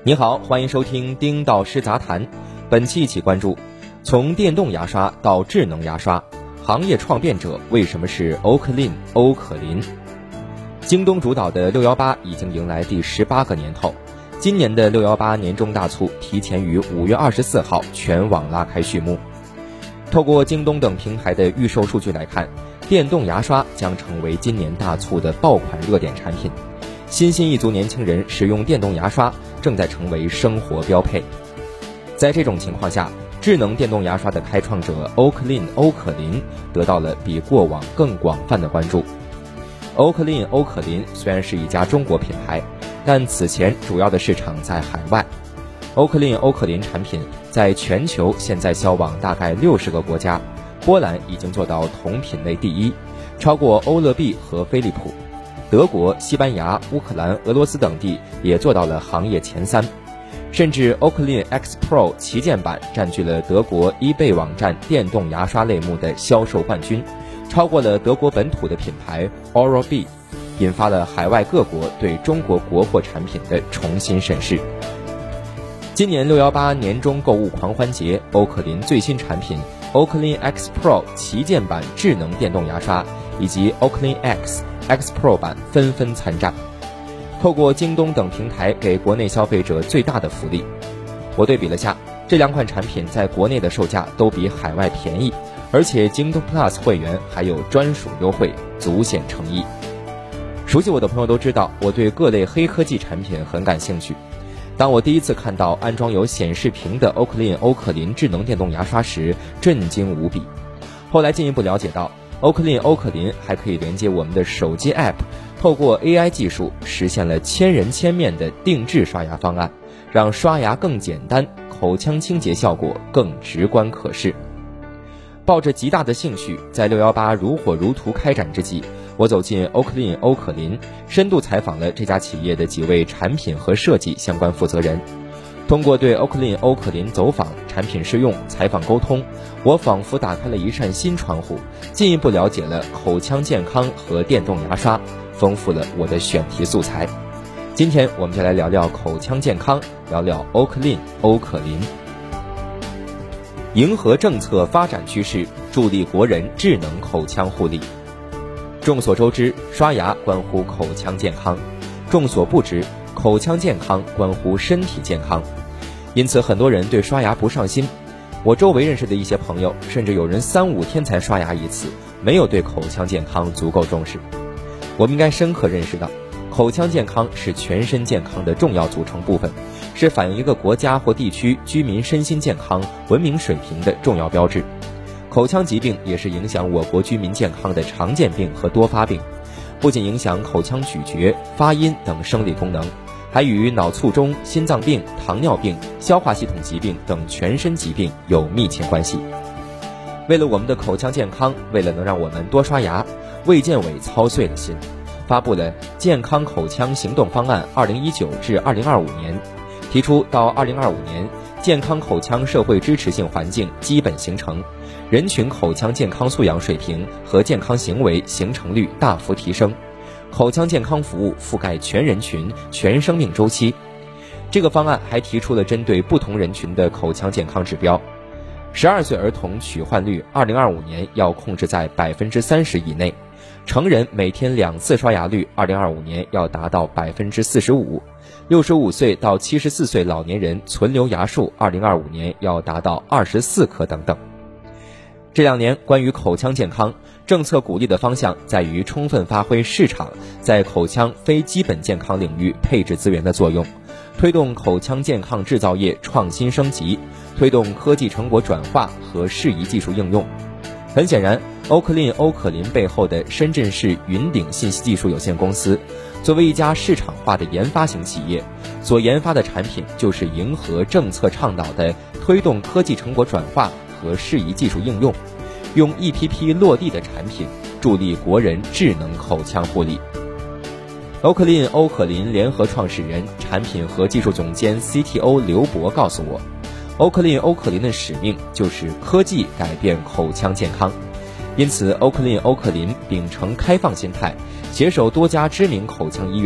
你好，欢迎收听丁道师杂谈。本期一起关注，从电动牙刷到智能牙刷，行业创变者为什么是欧克林？京东主导的618已经迎来第18个年头，今年的618年中大促提前于5月24号全网拉开序幕。透过京东等平台的预售数据来看，电动牙刷将成为今年大促的爆款热点产品。新兴一族年轻人使用电动牙刷正在成为生活标配。在这种情况下，智能电动牙刷的开创者欧可林得到了比过往更广泛的关注。欧可林虽然是一家中国品牌，但此前主要的市场在海外。欧可林产品在全球现在销往大概60个国家，波兰已经做到同品类第一，超过欧乐 B 和飞利浦。德国、西班牙、乌克兰、俄罗斯等地也做到了行业前3，甚至欧克林 X Pro 旗舰版占据了德国 eBay 网站电动牙刷类目的销售冠军，超过了德国本土的品牌 Oral-B， 引发了海外各国对中国国货产品的重新审视。今年618年中购物狂欢节，欧可林最新产品欧克林 X Pro 旗舰版智能电动牙刷以及欧克林 X Pro 版纷纷参战，透过京东等平台给国内消费者最大的福利。我对比了下，这2款产品在国内的售价都比海外便宜，而且京东 Plus 会员还有专属优惠，足显诚意。熟悉我的朋友都知道，我对各类黑科技产品很感兴趣。当我第一次看到安装有显示屏的欧可林智能电动牙刷时，震惊无比。后来进一步了解到，欧可林还可以连接我们的手机 App， 透过 AI 技术实现了千人千面的定制刷牙方案，让刷牙更简单，口腔清洁效果更直观可视。抱着极大的兴趣，在618如火如荼开展之际，我走进欧可林，深度采访了这家企业的几位产品和设计相关负责人。通过对欧可林走访、产品试用、采访沟通，我仿佛打开了一扇新窗户，进一步了解了口腔健康和电动牙刷，丰富了我的选题素材。今天我们就来聊聊口腔健康，聊聊欧可林。迎合政策发展趋势，助力国人智能口腔护理。众所周知，刷牙关乎口腔健康；众所不知，口腔健康关乎身体健康。因此很多人对刷牙不上心。我周围认识的一些朋友，甚至有人3-5天才刷牙一次，没有对口腔健康足够重视。我们应该深刻认识到，口腔健康是全身健康的重要组成部分，是反映一个国家或地区居民身心健康、文明水平的重要标志。口腔疾病也是影响我国居民健康的常见病和多发病，不仅影响口腔咀嚼、发音等生理功能，还与脑卒中、心脏病、糖尿病、消化系统疾病等全身疾病有密切关系。为了我们的口腔健康，为了能让我们多刷牙，卫健委操碎了心，发布了健康口腔行动方案2019至2025年，提出到2025年，健康口腔社会支持性环境基本形成，人群口腔健康素养水平和健康行为形成率大幅提升，口腔健康服务覆盖全人群、全生命周期。这个方案还提出了针对不同人群的口腔健康指标。12岁儿童龋患率2025年要控制在30%以内，成人每天2次刷牙率2025年要达到45%， 65岁到74岁老年人存留牙数2025年要达到24颗等等。这2年关于口腔健康政策鼓励的方向在于充分发挥市场在口腔非基本健康领域配置资源的作用，推动口腔健康制造业创新升级，推动科技成果转化和适宜技术应用。很显然，欧可林背后的深圳市云顶信息技术有限公司，作为一家市场化的研发型企业，所研发的产品就是迎合政策倡导的推动科技成果转化和适宜技术应用，用一批批落地的产品助力国人智能口腔护理。欧可林联合创始人、产品和技术总监 CTO 刘博告诉我，欧可林的使命就是科技改变口腔健康。因此欧可林秉承开放心态，携手多家知名口腔医院，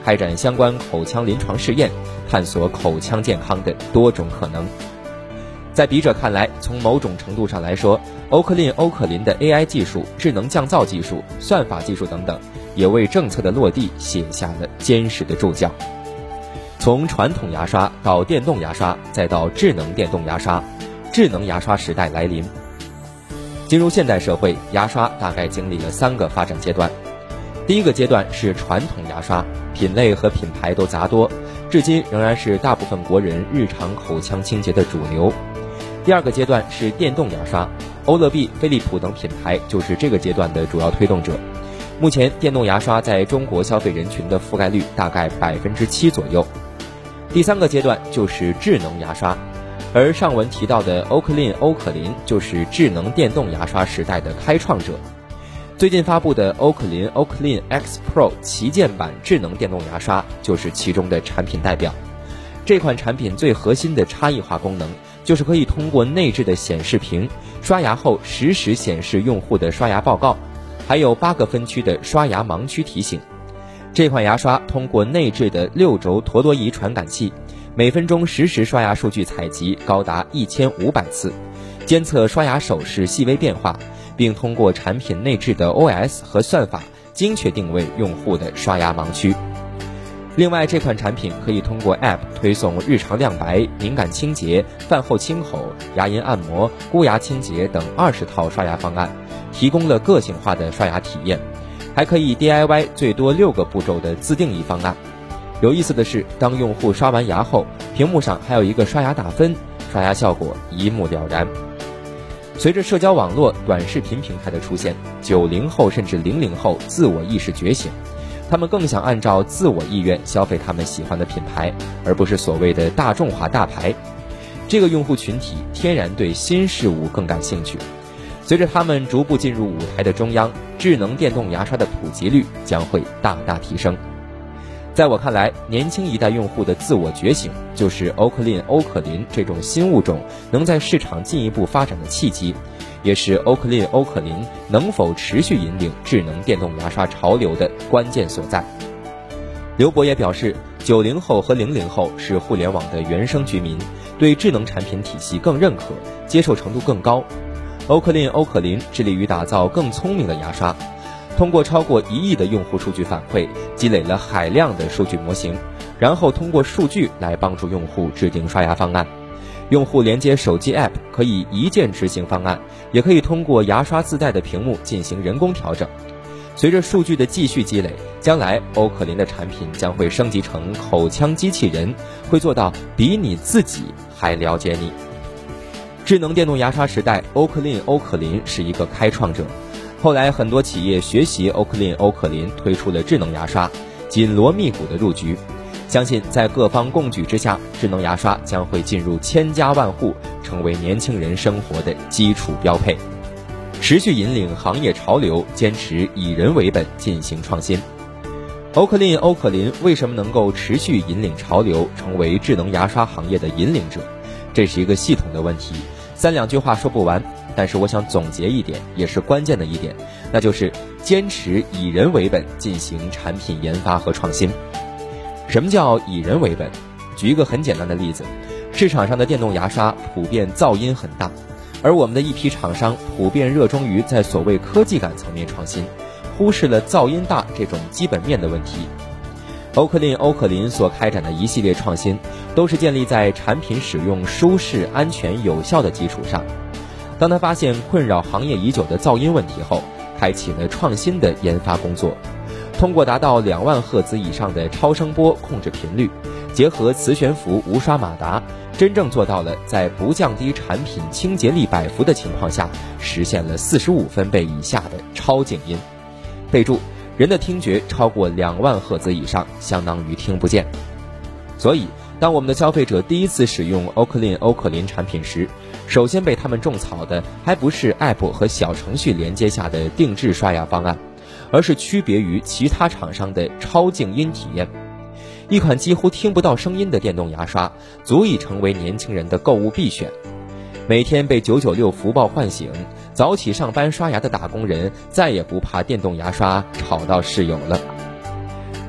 开展相关口腔临床试验，探索口腔健康的多种可能。在笔者看来，从某种程度上来说，欧克林的 AI 技术、智能降噪技术、算法技术等等，也为政策的落地写下了坚实的注脚。从传统牙刷到电动牙刷，再到智能电动牙刷，智能牙刷时代来临。进入现代社会，牙刷大概经历了3个发展阶段。第一个阶段是传统牙刷，品类和品牌都杂多，至今仍然是大部分国人日常口腔清洁的主流。第二个阶段是电动牙刷，欧乐 B、飞利浦等品牌就是这个阶段的主要推动者。目前电动牙刷在中国消费人群的覆盖率大概7%左右。第三个阶段就是智能牙刷，而上文提到的欧克林就是智能电动牙刷时代的开创者。最近发布的欧克林 X Pro 旗舰版智能电动牙刷就是其中的产品代表。这款产品最核心的差异化功能，就是可以通过内置的显示屏，刷牙后实时显示用户的刷牙报告，还有8个分区的刷牙盲区提醒。这款牙刷通过内置的6轴陀螺仪传感器，每分钟实时刷牙数据采集高达1500次，监测刷牙手势细微变化，并通过产品内置的 OS 和算法精确定位用户的刷牙盲区。另外，这款产品可以通过 App 推送日常亮白、敏感清洁、饭后清口、牙龈按摩、箍牙清洁等20套刷牙方案，提供了个性化的刷牙体验，还可以 DIY 最多6个步骤的自定义方案。有意思的是，当用户刷完牙后，屏幕上还有一个刷牙打分，刷牙效果一目了然。随着社交网络、短视频平台的出现，90后甚至00后自我意识觉醒，他们更想按照自我意愿消费他们喜欢的品牌，而不是所谓的大众化大牌。这个用户群体天然对新事物更感兴趣。随着他们逐步进入舞台的中央，智能电动牙刷的普及率将会大大提升。在我看来，年轻一代用户的自我觉醒，就是欧克林这种新物种能在市场进一步发展的契机，也是欧克林能否持续引领智能电动牙刷潮流的关键所在。刘博也表示，90后和00后是互联网的原生居民，对智能产品体系更认可，接受程度更高。欧克林致力于打造更聪明的牙刷，通过超过1亿的用户数据反馈，积累了海量的数据模型，然后通过数据来帮助用户制定刷牙方案。用户连接手机 App 可以一键执行方案，也可以通过牙刷自带的屏幕进行人工调整。随着数据的继续积累，将来欧克林的产品将会升级成口腔机器人，会做到比你自己还了解你。智能电动牙刷时代，欧克林是一个开创者。后来很多企业学习欧克林推出了智能牙刷，紧锣密鼓的入局。相信在各方共举之下，智能牙刷将会进入千家万户，成为年轻人生活的基础标配。持续引领行业潮流，坚持以人为本进行创新。欧克林为什么能够持续引领潮流，成为智能牙刷行业的引领者？这是一个系统的问题，3两句话说不完，但是我想总结一点，也是关键的一点，那就是坚持以人为本进行产品研发和创新。什么叫以人为本？举一个很简单的例子，市场上的电动牙刷普遍噪音很大，而我们的一批厂商普遍热衷于在所谓科技感层面创新，忽视了噪音大这种基本面的问题。欧克林所开展的一系列创新，都是建立在产品使用舒适、安全、有效的基础上。当他发现困扰行业已久的噪音问题后，开启了创新的研发工作。通过达到2万赫兹以上的超声波控制频率，结合磁悬浮无刷马达，真正做到了在不降低产品清洁力百伏的情况下，实现了45分贝以下的超静音。备注：人的听觉超过2万赫兹以上，相当于听不见。所以，当我们的消费者第一次使用欧克林产品时，首先被他们种草的还不是 App 和小程序连接下的定制刷牙方案，而是区别于其他厂商的超静音体验。一款几乎听不到声音的电动牙刷，足以成为年轻人的购物必选。每天被996福报唤醒，早起上班刷牙的打工人再也不怕电动牙刷吵到室友了。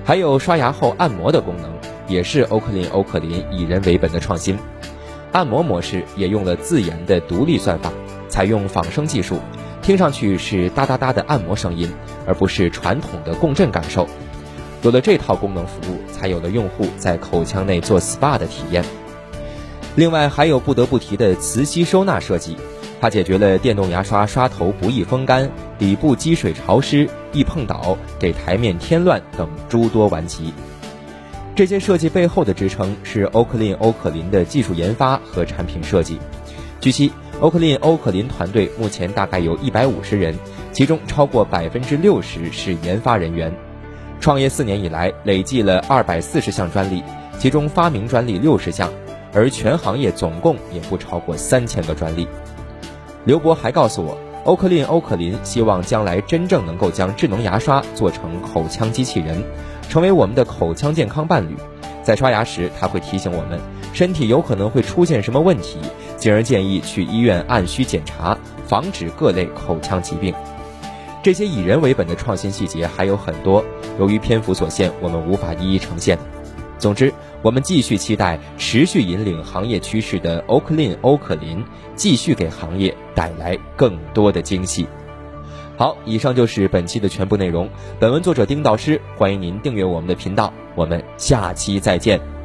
还有刷牙后按摩的功能，也是欧克林以人为本的创新。按摩模式也用了自研的独立算法，采用仿生技术，听上去是哒哒哒的按摩声音，而不是传统的共振感受。有了这套功能服务，才有了用户在口腔内做 SPA 的体验。另外还有不得不提的磁吸收纳设计，它解决了电动牙刷刷头不易风干、底部积水潮湿、易碰倒、给台面添乱等诸多顽疾。这些设计背后的支撑是欧克林的技术研发和产品设计。据悉，欧克林团队目前大概有150人，其中超过60%是研发人员。创业4年以来，累计了240项专利，其中发明专利60项，而全行业总共也不超过3000个专利。刘博还告诉我，欧克林希望将来真正能够将智能牙刷做成口腔机器人，成为我们的口腔健康伴侣。在刷牙时，他会提醒我们身体有可能会出现什么问题，进而建议去医院按需检查，防止各类口腔疾病。这些以人为本的创新细节还有很多，由于篇幅所限，我们无法一一呈现。总之，我们继续期待持续引领行业趋势的欧克林继续给行业带来更多的惊喜。好，以上就是本期的全部内容。本文作者丁导师，欢迎您订阅我们的频道，我们下期再见。